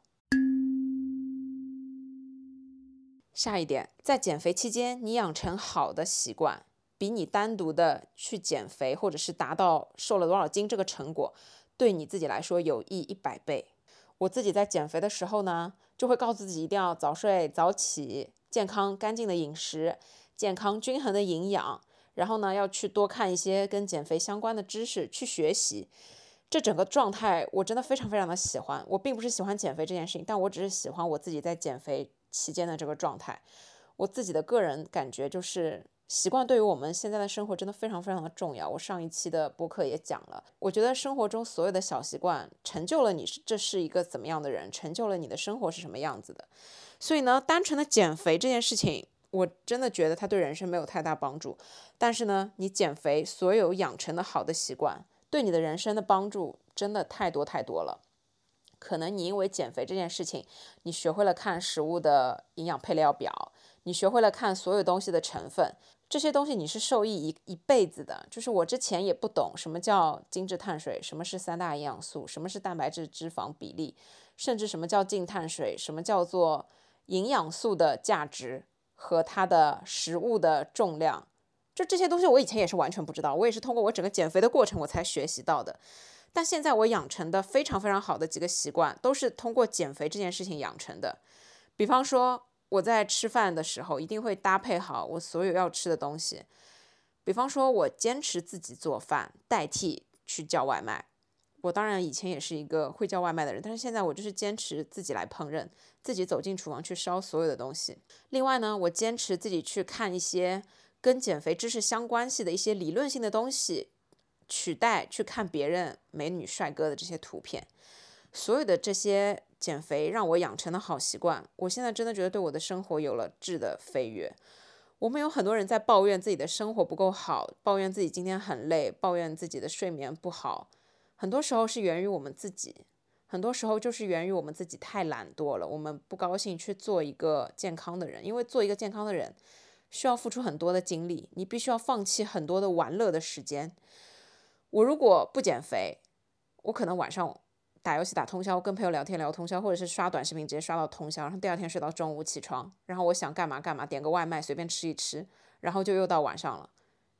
下一点，在减肥期间，你养成好的习惯，比你单独的去减肥，或者是达到瘦了多少斤这个成果，对你自己来说有益100倍。我自己在减肥的时候呢，就会告诉自己一定要早睡早起，健康干净的饮食，健康均衡的营养，然后呢要去多看一些跟减肥相关的知识，去学习。这整个状态我真的非常非常的喜欢。我并不是喜欢减肥这件事情，但我只是喜欢我自己在减肥期间的这个状态。我自己的个人感觉就是习惯对于我们现在的生活真的非常非常的重要。我上一期的播客也讲了，我觉得生活中所有的小习惯成就了你这是一个怎么样的人，成就了你的生活是什么样子的。所以呢，单纯的减肥这件事情，我真的觉得它对人生没有太大帮助。但是呢，你减肥所有养成的好的习惯，对你的人生的帮助真的太多太多了。可能你因为减肥这件事情，你学会了看食物的营养配料表，你学会了看所有东西的成分，这些东西你是受益一辈子的。就是我之前也不懂什么叫精致碳水，什么是3大营养素，什么是蛋白质脂肪比例，甚至什么叫净碳水，什么叫做营养素的价值和它的食物的重量，就这些东西我以前也是完全不知道，我也是通过我整个减肥的过程我才学习到的。但现在我养成的非常非常好的几个习惯，都是通过减肥这件事情养成的。比方说，我在吃饭的时候一定会搭配好我所有要吃的东西。比方说，我坚持自己做饭，代替去叫外卖。我当然以前也是一个会叫外卖的人，但是现在我就是坚持自己来烹饪，自己走进厨房去烧所有的东西。另外呢，我坚持自己去看一些跟减肥知识相关系的一些理论性的东西，取代去看别人美女帅哥的这些图片。所有的这些减肥让我养成的好习惯，我现在真的觉得对我的生活有了质的飞跃。我们有很多人在抱怨自己的生活不够好，抱怨自己今天很累，抱怨自己的睡眠不好，很多时候是源于我们自己，很多时候就是源于我们自己太懒惰了，我们不高兴去做一个健康的人。因为做一个健康的人需要付出很多的精力，你必须要放弃很多的玩乐的时间。我如果不减肥，我可能晚上打游戏打通宵，跟朋友聊天聊通宵，或者是刷短视频直接刷到通宵，然后第二天睡到中午起床，然后我想干嘛干嘛，点个外卖随便吃一吃，然后就又到晚上了。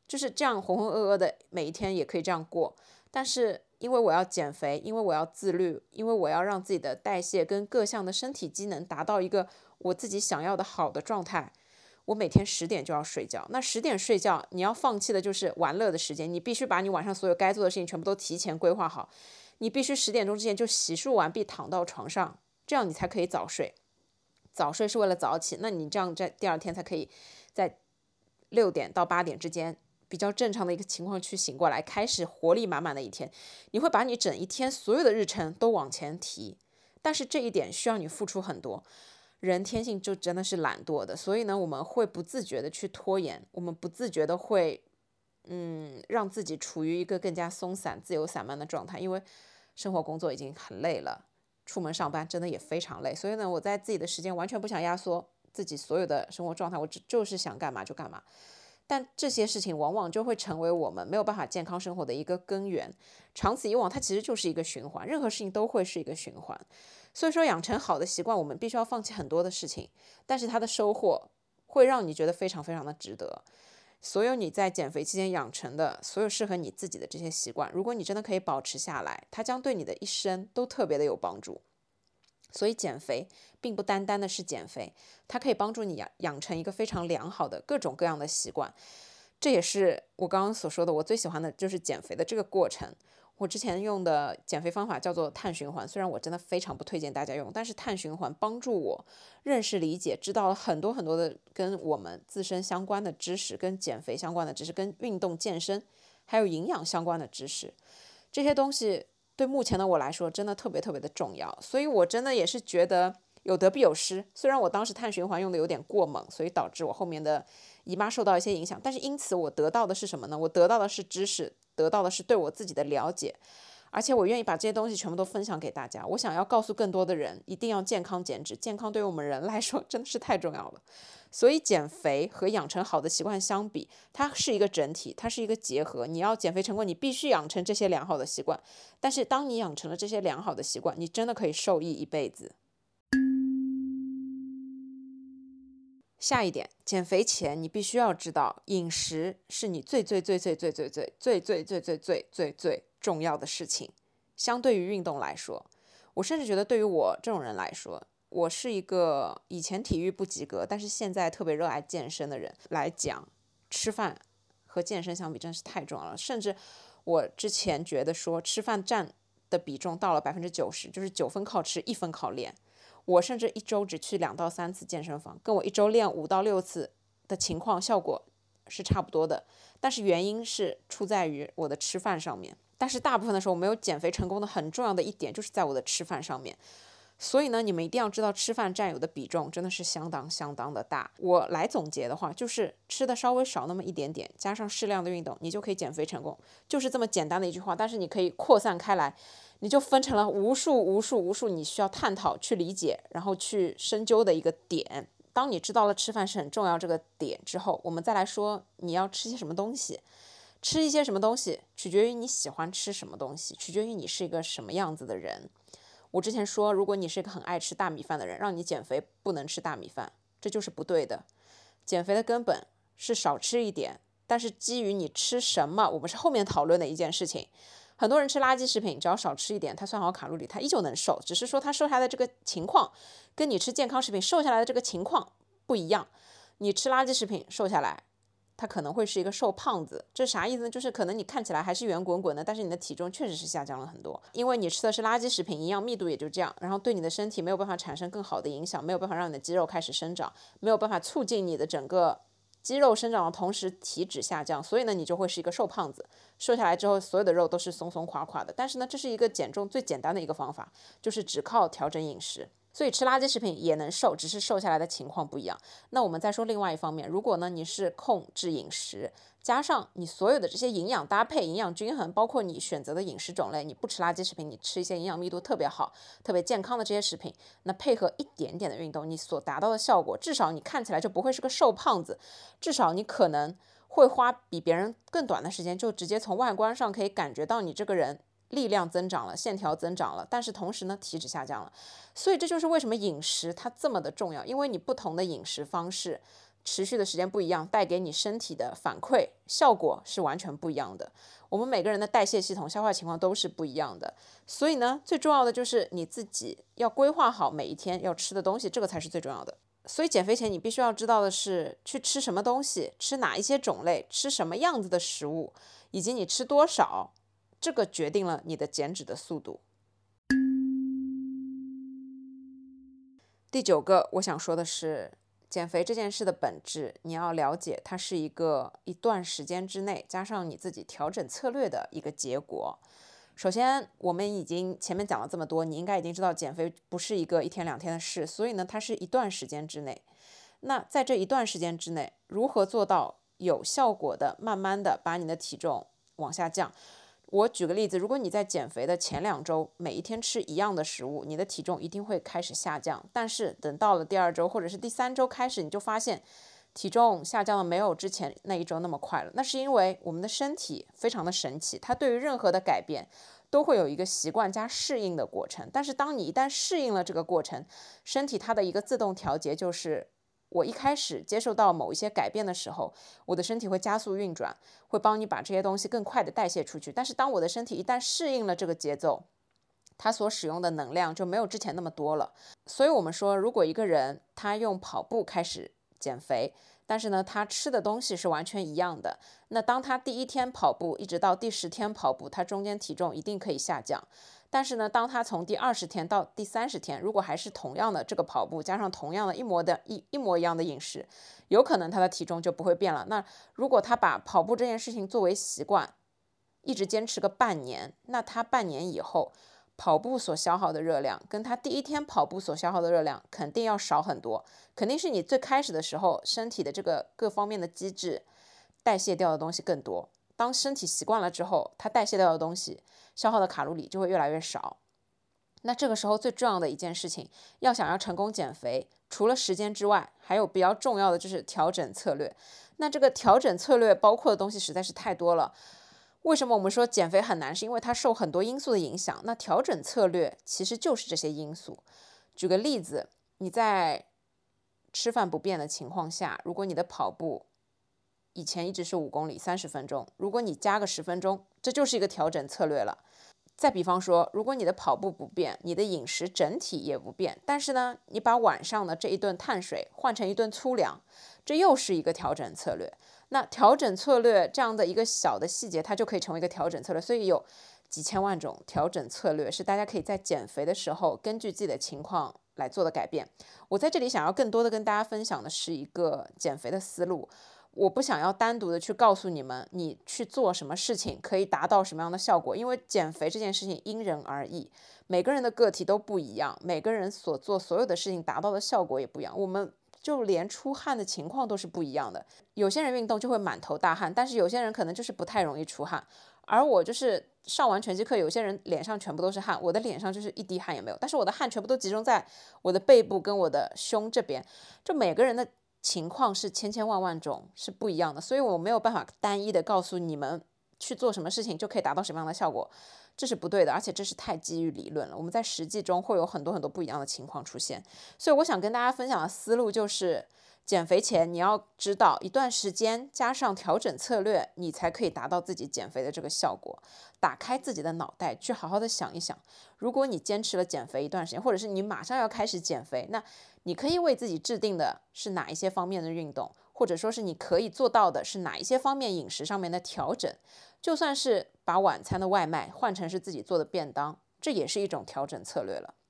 就是这样浑浑噩噩的每一天也可以这样过。但是因为我要减肥，因为我要自律，因为我要让自己的代谢跟各项的身体机能达到一个我自己想要的好的状态，我每天10点就要睡觉。那10点睡觉，你要放弃的就是玩乐的时间，你必须把你晚上所有该做的事情全部都提前规划好，你必须10点钟之前就洗漱完毕躺到床上，这样你才可以早睡。早睡是为了早起，那你这样在第二天才可以在6点到8点之间比较正常的一个情况去醒过来，开始活力满满的一天。你会把你整一天所有的日程都往前提，但是这一点需要你付出很多。人天性就真的是懒惰的，所以呢，我们会不自觉的去拖延，我们不自觉的会让自己处于一个更加松散、自由散漫的状态，因为生活工作已经很累了，出门上班真的也非常累。所以呢，我在自己的时间完全不想压缩自己所有的生活状态，我就是想干嘛就干嘛。但这些事情往往就会成为我们没有办法健康生活的一个根源，长此以往它其实就是一个循环，任何事情都会是一个循环。所以说养成好的习惯，我们必须要放弃很多的事情，但是它的收获会让你觉得非常非常的值得。所有你在减肥期间养成的所有适合你自己的这些习惯，如果你真的可以保持下来，它将对你的一生都特别的有帮助。所以减肥并不单单的是减肥，它可以帮助你养成一个非常良好的各种各样的习惯。这也是我刚刚所说的，我最喜欢的就是减肥的这个过程。我之前用的减肥方法叫做碳循环，虽然我真的非常不推荐大家用，但是碳循环帮助我认识、理解、知道了很多很多的跟我们自身相关的知识，跟减肥相关的知识，跟运动健身还有营养相关的知识。这些东西对目前的我来说真的特别特别的重要，所以我真的也是觉得有得必有失。虽然我当时碳循环用的有点过猛，所以导致我后面的姨妈受到一些影响，但是因此我得到的是什么呢？我得到的是知识，得到的是对我自己的了解，而且我愿意把这些东西全部都分享给大家。我想要告诉更多的人，一定要健康减脂，健康对于我们人来说真的是太重要了。所以减肥和养成好的习惯相比，它是一个整体，它是一个结合。你要减肥成功，你必须养成这些良好的习惯。但是当你养成了这些良好的习惯，你真的可以受益一辈子。下一点，减肥前你必须要知道，饮食是你最重要的事情。相对于运动来说，我甚至觉得对于我这种人来说，我是一个以前体育不及格，但是现在特别热爱健身的人来讲，吃饭和健身相比真是太重要了。甚至我之前觉得说，吃饭占的比重到了90%，就是9分靠吃，1分靠练。我甚至一周只去2到3次健身房，跟我一周练5到6次的情况效果是差不多的，但是原因是出在于我的吃饭上面。但是大部分的时候我没有减肥成功的很重要的一点就是在我的吃饭上面。所以呢，你们一定要知道吃饭占有的比重真的是相当相当的大。我来总结的话，就是吃的稍微少那么一点点，加上适量的运动，你就可以减肥成功，就是这么简单的一句话。但是你可以扩散开来，你就分成了无数你需要探讨、去理解，然后去深究的一个点。当你知道了吃饭是很重要这个点之后，我们再来说你要吃些什么东西。吃一些什么东西取决于你喜欢吃什么东西，取决于你是一个什么样子的人。我之前说，如果你是一个很爱吃大米饭的人，让你减肥不能吃大米饭，这就是不对的。减肥的根本是少吃一点，但是基于你吃什么，我们是后面讨论的一件事情。很多人吃垃圾食品，只要少吃一点，他算好卡路里，他依旧能瘦，只是说他瘦下来的这个情况，跟你吃健康食品瘦下来的这个情况不一样。你吃垃圾食品瘦下来，他可能会是一个瘦胖子，这啥意思呢？就是可能你看起来还是圆滚滚的，但是你的体重确实是下降了很多，因为你吃的是垃圾食品，营养密度也就这样，然后对你的身体没有办法产生更好的影响，没有办法让你的肌肉开始生长，没有办法促进你的整个肌肉生长的同时体脂下降，所以呢你就会是一个瘦胖子。瘦下来之后所有的肉都是松松垮垮的，但是呢这是一个减重最简单的一个方法，就是只靠调整饮食。所以吃垃圾食品也能瘦，只是瘦下来的情况不一样。那我们再说另外一方面，如果呢你是控制饮食，加上你所有的这些营养搭配、营养均衡，包括你选择的饮食种类，你不吃垃圾食品，你吃一些营养密度特别好、特别健康的这些食品，那配合一点点的运动，你所达到的效果，至少你看起来就不会是个瘦胖子，至少你可能会花比别人更短的时间，就直接从外观上可以感觉到你这个人力量增长了，线条增长了，但是同时呢体脂下降了。所以这就是为什么饮食它这么的重要，因为你不同的饮食方式持续的时间不一样，带给你身体的反馈效果是完全不一样的。我们每个人的代谢系统、消化情况都是不一样的，所以呢，最重要的就是你自己要规划好每一天要吃的东西，这个才是最重要的。所以减肥前你必须要知道的是，去吃什么东西，吃哪一些种类，吃什么样子的食物，以及你吃多少，这个决定了你的减脂的速度。第9个我想说的是，减肥这件事的本质，你要了解它是一段时间之内加上你自己调整策略的一个结果。首先，我们已经前面讲了这么多，你应该已经知道减肥不是一个1天2天的事，所以呢，它是一段时间之内。那在这一段时间之内，如何做到有效果的慢慢的把你的体重往下降？我举个例子，如果你在减肥的前2周每一天吃一样的食物，你的体重一定会开始下降。但是等到了第2周或者是第3周开始，你就发现体重下降的没有之前那一周那么快了。那是因为我们的身体非常的神奇，它对于任何的改变都会有一个习惯加适应的过程。但是当你一旦适应了这个过程，身体它的一个自动调节就是，我一开始接受到某一些改变的时候，我的身体会加速运转，会帮你把这些东西更快的代谢出去。但是当我的身体一旦适应了这个节奏，它所使用的能量就没有之前那么多了。所以我们说，如果一个人他用跑步开始减肥，但是呢，他吃的东西是完全一样的，那当他第1天跑步一直到第10天跑步，他中间体重一定可以下降。但是呢，当他从第20天到第30天，如果还是同样的这个跑步，加上同样的一模一样的饮食，有可能他的体重就不会变了。那如果他把跑步这件事情作为习惯，一直坚持个半年，那他半年以后跑步所消耗的热量跟他第1天跑步所消耗的热量肯定要少很多，肯定是你最开始的时候身体的这个各方面的机制代谢掉的东西更多。当身体习惯了之后，它代谢掉的东西消耗的卡路里就会越来越少。那这个时候最重要的一件事情，想要成功减肥，除了时间之外，还有比较重要的就是调整策略。那这个调整策略包括的东西实在是太多了。为什么我们说减肥很难？是因为它受很多因素的影响。那调整策略其实就是这些因素。举个例子，你在吃饭不变的情况下，如果你的跑步以前一直是5公里30分钟，如果你加个10分钟，这就是一个调整策略了。再比方说，如果你的跑步不变，你的饮食整体也不变，但是呢，你把晚上的这一顿碳水换成一顿粗粮，这又是一个调整策略。那调整策略这样的一个小的细节，它就可以成为一个调整策略。所以有几千万种调整策略是大家可以在减肥的时候根据自己的情况来做的改变。我在这里想要更多的跟大家分享的是一个减肥的思路。我不想要单独的去告诉你们，你去做什么事情可以达到什么样的效果，因为减肥这件事情因人而异，每个人的个体都不一样，每个人所做所有的事情达到的效果也不一样，我们就连出汗的情况都是不一样的。有些人运动就会满头大汗，但是有些人可能就是不太容易出汗。而我就是上完拳击课，有些人脸上全部都是汗，我的脸上就是一滴汗也没有，但是我的汗全部都集中在我的背部跟我的胸这边，就每个人的情况是千千万万种，是不一样的，所以我没有办法单一的告诉你们去做什么事情就可以达到什么样的效果，这是不对的，而且这是太基于理论了，我们在实际中会有很多很多不一样的情况出现。所以我想跟大家分享的思路就是，减肥前你要知道一段时间加上调整策略，你才可以达到自己减肥的这个效果。打开自己的脑袋去好好的想一想，如果你坚持了减肥一段时间，或者是你马上要开始减肥，那你可以为自己制定的是哪一些方面的运动，或者说是你可以做到的是哪一些方面饮食上面的调整。就算是把晚餐的外卖换成是自己做的便当，这也是一种调整策略了。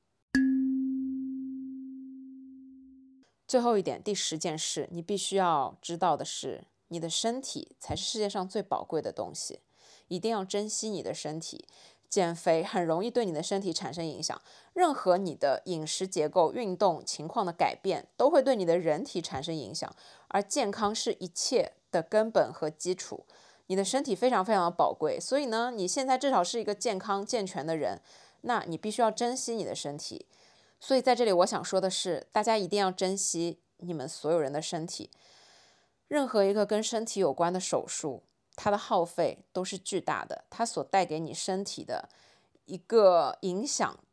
最后一点，第10件事，你必须要知道的是，你的身体才是世界上最宝贵的东西，一定要珍惜你的身体。减肥很容易对你的身体产生影响，任何你的饮食结构、运动情况的改变，都会对你的人体产生影响，而健康是一切的根本和基础。你的身体非常非常的宝贵，所以呢，你现在至少是一个健康健全的人，那你必须要珍惜你的身体。所以在这里我想说的是，大家一定要珍惜你们所有人的身体。任何一个跟身体有关的手术，它的耗费都是巨大的，它所带给你身体的一个影响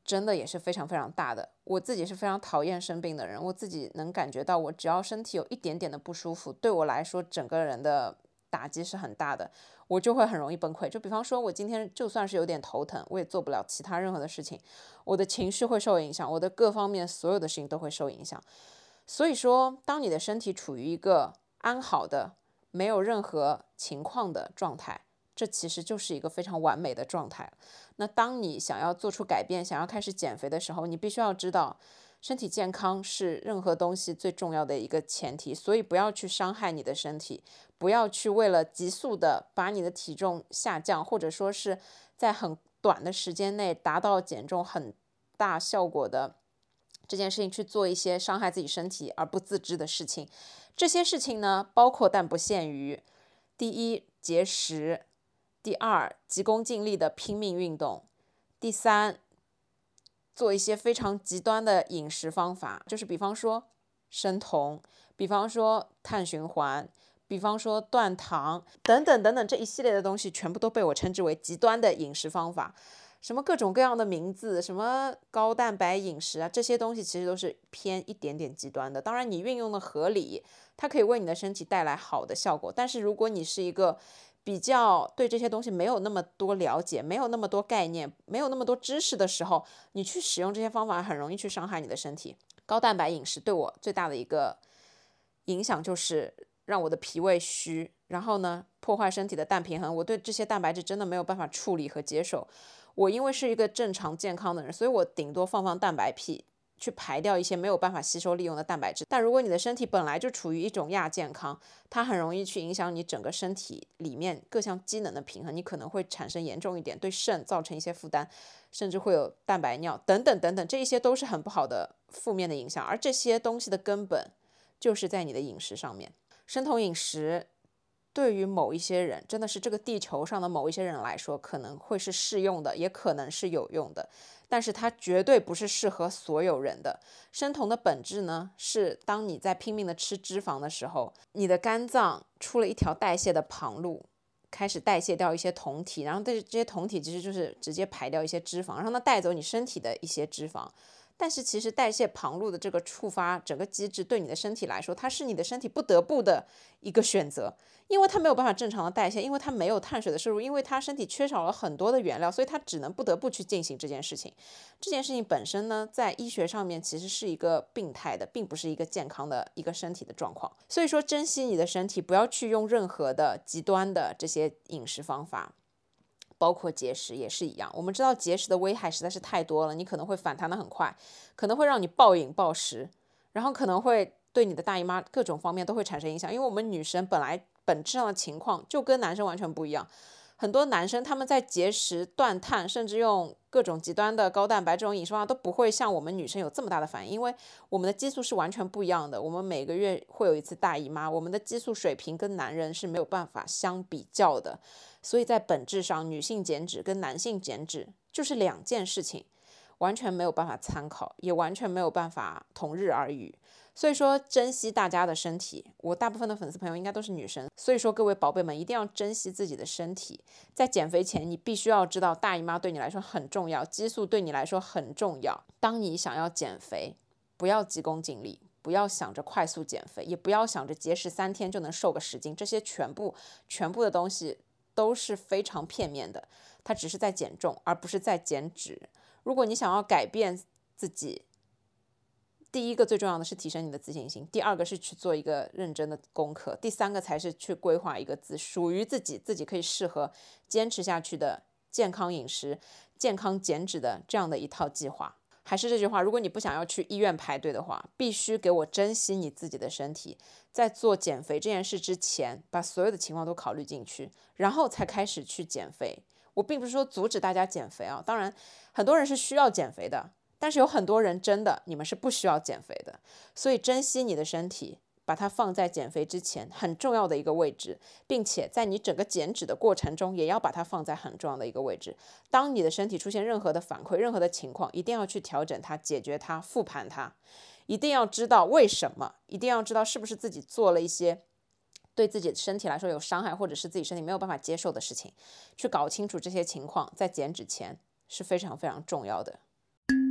真的也是非常非常大的。我自己是非常讨厌生病的人，我自己能感觉到，我只要身体有一点点的不舒服，对我来说整个人的打击是很大的，我就会很容易崩溃。就比方说我今天就算是有点头疼，我也做不了其他任何的事情，我的情绪会受影响，我的各方面所有的事情都会受影响。所以说当你的身体处于一个安好的没有任何情况的状态，这其实就是一个非常完美的状态。那当你想要做出改变，想要开始减肥的时候，你必须要知道身体健康是任何东西最重要的一个前提，所以不要去伤害你的身体，不要去为了急速的把你的体重下降，或者说是在很短的时间内达到减重很大效果的这件事情去做一些伤害自己身体而不自知的事情。这些事情呢，包括但不限于：第一，节食；第二，急功近利的拼命运动；第三，做一些非常极端的饮食方法，就是比方说生酮，比方说碳循环，比方说断糖等等等等，这一系列的东西全部都被我称之为极端的饮食方法。什么各种各样的名字，什么高蛋白饮食啊，这些东西其实都是偏一点点极端的。当然你运用的合理，它可以为你的身体带来好的效果。但是如果你是一个比较对这些东西没有那么多了解，没有那么多概念，没有那么多知识的时候，你去使用这些方法很容易去伤害你的身体。高蛋白饮食对我最大的一个影响就是让我的脾胃虚，然后呢破坏身体的氮平衡，我对这些蛋白质真的没有办法处理和接受。我因为是一个正常健康的人，所以我顶多放蛋白屁去排掉一些没有办法吸收利用的蛋白质。但如果你的身体本来就处于一种亚健康，它很容易去影响你整个身体里面各项机能的平衡，你可能会产生严重一点，对肾造成一些负担，甚至会有蛋白尿等等等等，这一些都是很不好的负面的影响。而这些东西的根本就是在你的饮食上面。生酮饮食对于某一些人，真的是这个地球上的某一些人来说，可能会是适用的，也可能是有用的，但是它绝对不是适合所有人的。生酮的本质呢，是当你在拼命的吃脂肪的时候，你的肝脏出了一条代谢的旁路，开始代谢掉一些酮体，然后这些酮体其实就是直接排掉一些脂肪，让它带走你身体的一些脂肪。但是其实代谢旁路的这个触发整个机制对你的身体来说，它是你的身体不得不的一个选择，因为它没有办法正常的代谢，因为它没有碳水的摄入，因为它身体缺少了很多的原料，所以它只能不得不去进行这件事情。这件事情本身呢，在医学上面其实是一个病态的，并不是一个健康的一个身体的状况。所以说珍惜你的身体，不要去用任何的极端的这些饮食方法，包括节食也是一样。我们知道节食的危害实在是太多了，你可能会反弹的很快，可能会让你暴饮暴食，然后可能会对你的大姨妈各种方面都会产生影响。因为我们女生本来本质上的情况就跟男生完全不一样，很多男生他们在节食、断碳，甚至用各种极端的高蛋白这种饮食方法都不会像我们女生有这么大的反应，因为我们的激素是完全不一样的。我们每个月会有一次大姨妈，我们的激素水平跟男人是没有办法相比较的。所以在本质上，女性减脂跟男性减脂就是两件事情，完全没有办法参考，也完全没有办法同日而语。所以说，珍惜大家的身体。我大部分的粉丝朋友应该都是女生，所以说各位宝贝们一定要珍惜自己的身体。在减肥前，你必须要知道大姨妈对你来说很重要，激素对你来说很重要。当你想要减肥，不要急功近利，不要想着快速减肥，也不要想着节食3天就能瘦个10斤，这些全部的东西都是非常片面的，它只是在减重，而不是在减脂。如果你想要改变自己，第一个最重要的是提升你的自信心，第二个是去做一个认真的功课，第三个才是去规划一个属于自己可以适合坚持下去的健康饮食、健康减脂的这样的一套计划。还是这句话，如果你不想要去医院排队的话，必须给我珍惜你自己的身体，在做减肥这件事之前，把所有的情况都考虑进去，然后才开始去减肥。我并不是说阻止大家减肥啊，当然很多人是需要减肥的，但是有很多人真的你们是不需要减肥的。所以珍惜你的身体，把它放在减肥之前很重要的一个位置，并且在你整个减脂的过程中也要把它放在很重要的一个位置。当你的身体出现任何的反馈、任何的情况，一定要去调整它、解决它、复盘它，一定要知道为什么，一定要知道是不是自己做了一些对自己的身体来说有伤害，或者是自己身体没有办法接受的事情，去搞清楚这些情况，在减脂前是非常非常重要的。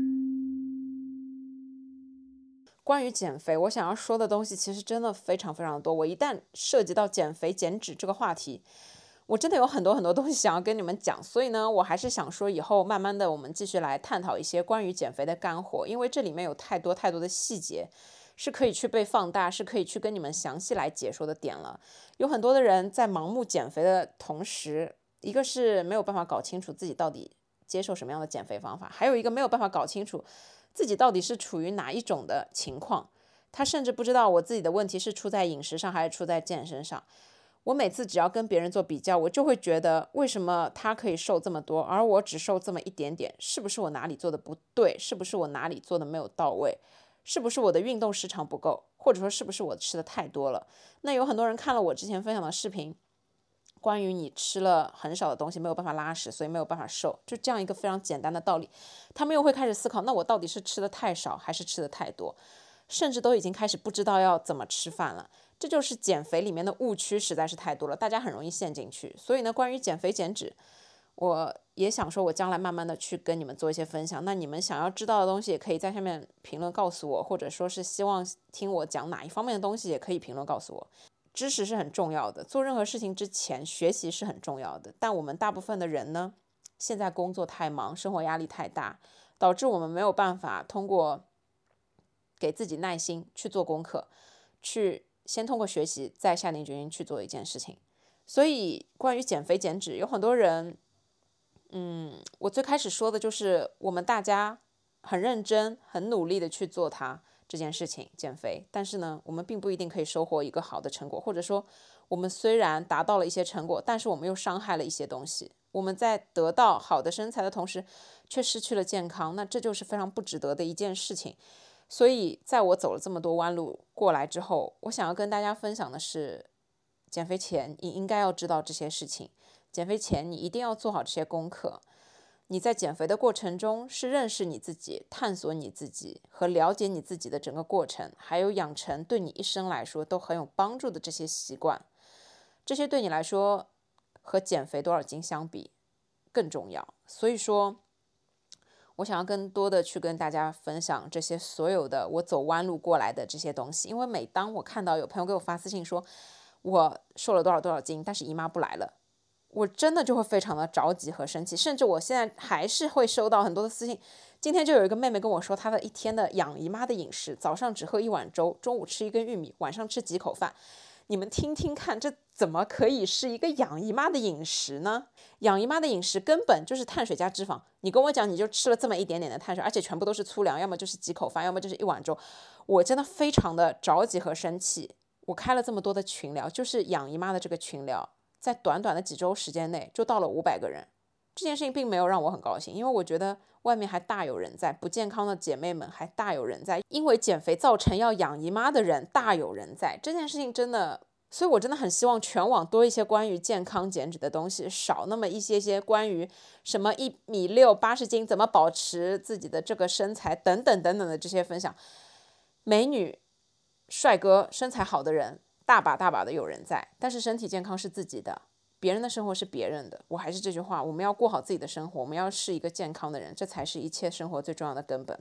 关于减肥，我想要说的东西其实真的非常非常多。我一旦涉及到减肥减脂这个话题，我真的有很多很多东西想要跟你们讲，所以呢，我还是想说以后慢慢的我们继续来探讨一些关于减肥的干货，因为这里面有太多太多的细节是可以去被放大，是可以去跟你们详细来解说的点了。有很多的人在盲目减肥的同时，一个是没有办法搞清楚自己到底接受什么样的减肥方法，还有一个没有办法搞清楚自己到底是处于哪一种的情况，他甚至不知道我自己的问题是出在饮食上还是出在健身上。我每次只要跟别人做比较，我就会觉得为什么他可以瘦这么多，而我只瘦这么一点点，是不是我哪里做的不对，是不是我哪里做的没有到位，是不是我的运动时长不够，或者说是不是我吃的太多了。那有很多人看了我之前分享的视频，关于你吃了很少的东西没有办法拉屎，所以没有办法瘦，就这样一个非常简单的道理，他们又会开始思考，那我到底是吃的太少还是吃的太多，甚至都已经开始不知道要怎么吃饭了。这就是减肥里面的误区实在是太多了，大家很容易陷进去。所以呢，关于减肥减脂，我也想说我将来慢慢的去跟你们做一些分享，那你们想要知道的东西也可以在下面评论告诉我，或者说是希望听我讲哪一方面的东西也可以评论告诉我。知识是很重要的，做任何事情之前学习是很重要的，但我们大部分的人呢，现在工作太忙，生活压力太大，导致我们没有办法通过给自己耐心去做功课，去先通过学习再下定决心去做一件事情。所以关于减肥减脂，有很多人我最开始说的就是我们大家很认真很努力的去做这件事情减肥，但是呢我们并不一定可以收获一个好的成果，或者说我们虽然达到了一些成果，但是我们又伤害了一些东西，我们在得到好的身材的同时却失去了健康，那这就是非常不值得的一件事情。所以在我走了这么多弯路过来之后，我想要跟大家分享的是，减肥前你应该要知道这些事情，减肥前你一定要做好这些功课。你在减肥的过程中是认识你自己、探索你自己和了解你自己的整个过程，还有养成对你一生来说都很有帮助的这些习惯，这些对你来说和减肥多少斤相比更重要。所以说我想要更多的去跟大家分享这些所有的我走弯路过来的这些东西，因为每当我看到有朋友给我发私信说我瘦了多少多少斤，但是姨妈不来了，我真的就会非常的着急和生气，甚至我现在还是会收到很多的私信。今天就有一个妹妹跟我说，她的一天的养姨妈的饮食，早上只喝一碗粥，中午吃一根玉米，晚上吃几口饭。你们听听看，这怎么可以是一个养姨妈的饮食呢？养姨妈的饮食根本就是碳水加脂肪。你跟我讲，你就吃了这么一点点的碳水，而且全部都是粗粮，要么就是几口饭，要么就是一碗粥。我真的非常的着急和生气。我开了这么多的群聊，就是养姨妈的这个群聊，在短短的几周时间内就到了500个人。这件事情并没有让我很高兴，因为我觉得外面还大有人在，不健康的姐妹们还大有人在，因为减肥造成要养姨妈的人大有人在。这件事情真的，所以我真的很希望全网多一些关于健康减脂的东西，少那么一些关于什么1.6米80斤怎么保持自己的这个身材等等等等的这些分享。美女帅哥身材好的人大把大把的有人在，但是身体健康是自己的，别人的生活是别人的。我还是这句话，我们要过好自己的生活，我们要是一个健康的人，这才是一切生活最重要的根本。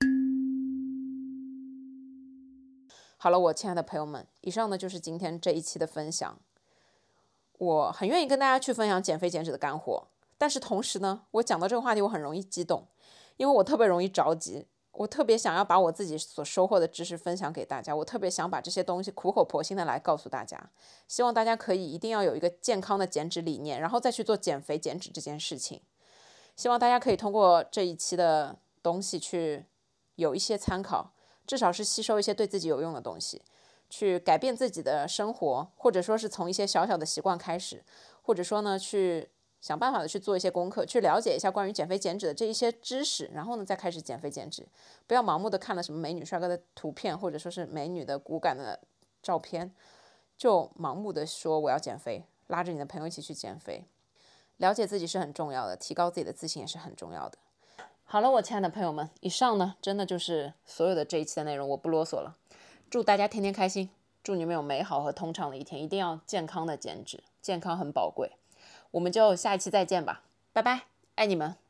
好了，我亲爱的朋友们，以上呢就是今天这一期的分享。我很愿意跟大家去分享减肥减脂的干货，但是同时呢，我讲到这个话题我很容易激动，因为我特别容易着急，我特别想要把我自己所收获的知识分享给大家，我特别想把这些东西苦口婆心的来告诉大家，希望大家可以一定要有一个健康的减脂理念，然后再去做减肥减脂这件事情。希望大家可以通过这一期的东西去有一些参考，至少是吸收一些对自己有用的东西，去改变自己的生活，或者说是从一些小小的习惯开始，或者说呢去想办法的去做一些功课，去了解一下关于减肥减脂的这一些知识，然后呢再开始减肥减脂。不要盲目的看了什么美女帅哥的图片，或者说是美女的骨感的照片，就盲目的说我要减肥，拉着你的朋友一起去减肥。了解自己是很重要的，提高自己的自信也是很重要的。好了，我亲爱的朋友们，以上呢真的就是所有的这一期的内容，我不啰嗦了。祝大家天天开心，祝你们有美好和通畅的一天，一定要健康的减脂，健康很宝贵。我们就下一期再见吧，拜拜，爱你们。